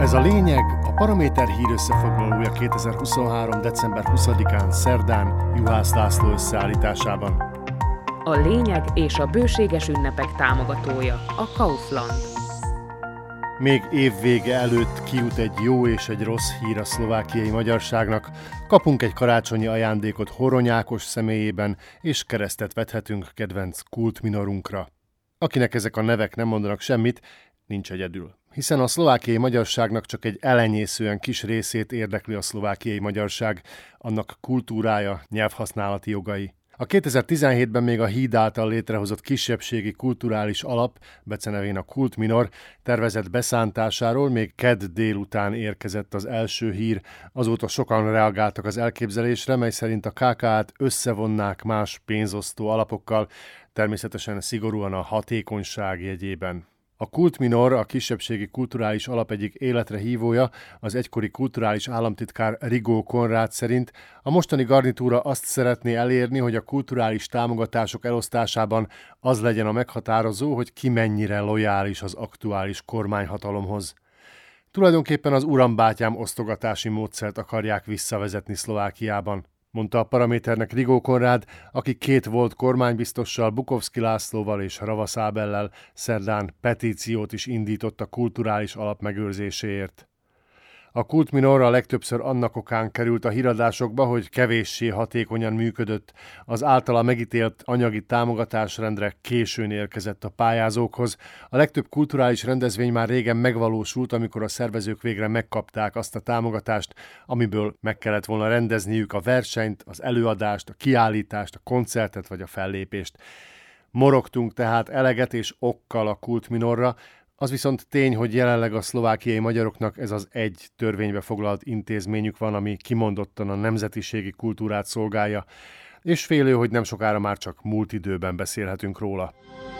Ez a lényeg, a Paraméter hír összefoglalója 2023. december 20-án szerdán Juhász László összeállításában. A lényeg és a bőséges ünnepek támogatója a Kaufland. Még évvége előtt kijut egy jó és egy rossz hír a szlovákiai magyarságnak. Kapunk egy karácsonyi ajándékot Horony Ákos személyében, és keresztet vethetünk kedvenc kultminorunkra. Akinek ezek a nevek nem mondanak semmit, nincs egyedül. Hiszen a szlovákiai magyarságnak csak egy elenyészően kis részét érdekli a szlovákiai magyarság, annak kultúrája, nyelvhasználati jogai. A 2017-ben még a Híd által létrehozott kisebbségi kulturális alap, becenevén a Kultminor, tervezett beszántásáról még kedd délután érkezett az első hír, azóta sokan reagáltak az elképzelésre, mely szerint a KK-t összevonnák más pénzosztó alapokkal, természetesen szigorúan a hatékonyság jegyében. A Kultminor, a kisebbségi kulturális alap egyik életre hívója, az egykori kulturális államtitkár Rigó Konrád szerint a mostani garnitúra azt szeretné elérni, hogy a kulturális támogatások elosztásában az legyen a meghatározó, hogy ki mennyire lojális az aktuális kormányhatalomhoz. Tulajdonképpen az urambátyám osztogatási módszert akarják visszavezetni Szlovákiában, mondta a Paraméternek Rigó Konrád, aki két volt kormánybiztossal, Bukovszky Lászlóval és Ravasz Ábellel szerdán petíciót is indított a kulturális alap megőrzéséért. A Kultminorra legtöbbször annak okán került a híradásokba, hogy kevéssé hatékonyan működött, az általa megítélt anyagi támogatásrendre későn érkezett a pályázókhoz. A legtöbb kulturális rendezvény már régen megvalósult, amikor a szervezők végre megkapták azt a támogatást, amiből meg kellett volna rendezniük a versenyt, az előadást, a kiállítást, a koncertet vagy a fellépést. Morogtunk tehát eleget és okkal a Kultminorra. Az viszont tény, hogy jelenleg a szlovákiai magyaroknak ez az egy törvénybe foglalt intézményük van, ami kimondottan a nemzetiségi kultúrát szolgálja, és félő, hogy nem sokára már csak múlt időben beszélhetünk róla.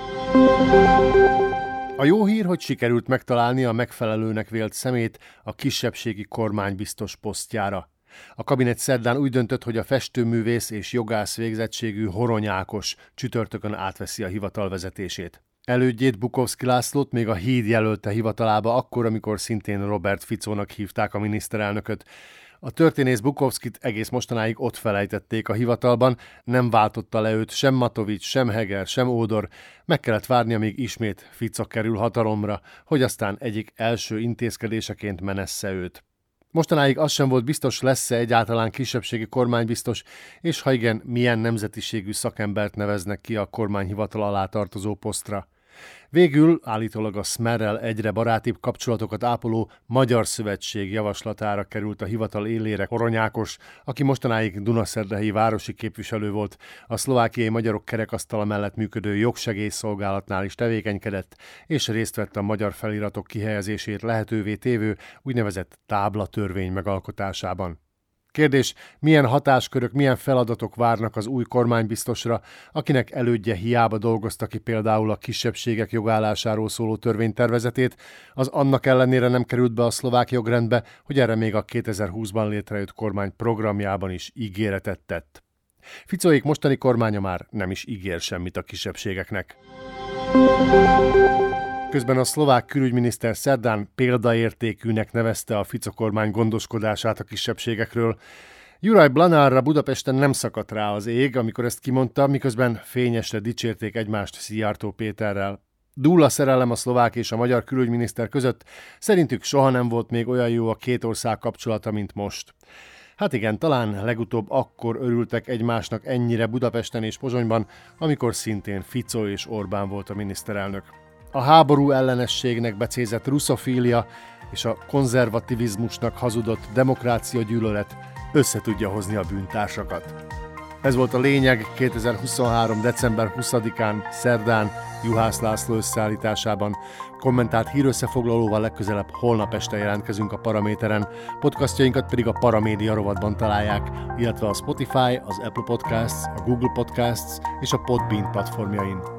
A jó hír, hogy sikerült megtalálni a megfelelőnek vélt szemét a kisebbségi kormánybiztos posztjára. A kabinet szerdán úgy döntött, hogy a festőművész és jogász végzettségű Horony Ákos csütörtökön átveszi a hivatal vezetését. Elődjét, Bukovszky Lászlót még a Híd jelölte hivatalába akkor, amikor szintén Robert Ficónak hívták a miniszterelnököt. A történész Bukovszkyt egész mostanáig ott felejtették a hivatalban, nem váltotta le őt sem Matovics, sem Heger, sem Ódor, meg kellett várnia, míg ismét Fico kerül hatalomra, hogy aztán egyik első intézkedéseként menessze őt. Mostanáig az sem volt biztos, lesz-e egyáltalán kisebbségi kormánybiztos, és ha igen, milyen nemzetiségű szakembert neveznek ki a kormányhivatal alá tartozó posztra. Végül állítólag a Smerrel egyre barátibb kapcsolatokat ápoló Magyar Szövetség javaslatára került a hivatal élére Horony Ákos, aki mostanáig Dunaszerdahelyi városi képviselő volt, a szlovákiai magyarok kerekasztala mellett működő jogsegélyszolgálatnál is tevékenykedett, és részt vett a magyar feliratok kihelyezését lehetővé tévő úgynevezett táblatörvény megalkotásában. Kérdés, milyen hatáskörök, milyen feladatok várnak az új kormánybiztosra, akinek elődje hiába dolgozta ki például a kisebbségek jogállásáról szóló törvénytervezetét, az annak ellenére nem került be a szlovák jogrendbe, hogy erre még a 2020-ban létrejött kormány programjában is ígéretet tett. Ficóék mostani kormánya már nem is ígér semmit a kisebbségeknek. Közben a szlovák külügyminiszter szerdán példaértékűnek nevezte a Fico kormány gondoskodását a kisebbségekről. Juraj Blanárra Budapesten nem szakadt rá az ég, amikor ezt kimondta, miközben fényesre dicsérték egymást Szijjártó Péterrel. Dúl a szerelem a szlovák és a magyar külügyminiszter között, szerintük soha nem volt még olyan jó a két ország kapcsolata, mint most. Hát igen, talán legutóbb akkor örültek egymásnak ennyire Budapesten és Pozsonyban, amikor szintén Fico és Orbán volt a miniszterelnök. A háború ellenességnek becézett russzofília és a konzervativizmusnak hazudott demokrácia gyűlölet össze tudja hozni a bűntársakat. Ez volt a lényeg 2023. december 20-án szerdán Juhász László összeállításában. Kommentált hírösszefoglalóval legközelebb holnap este jelentkezünk a Paraméteren, podcastjainkat pedig a Paramédia rovatban találják, illetve a Spotify, az Apple Podcasts, a Google Podcasts és a Podbean platformjain.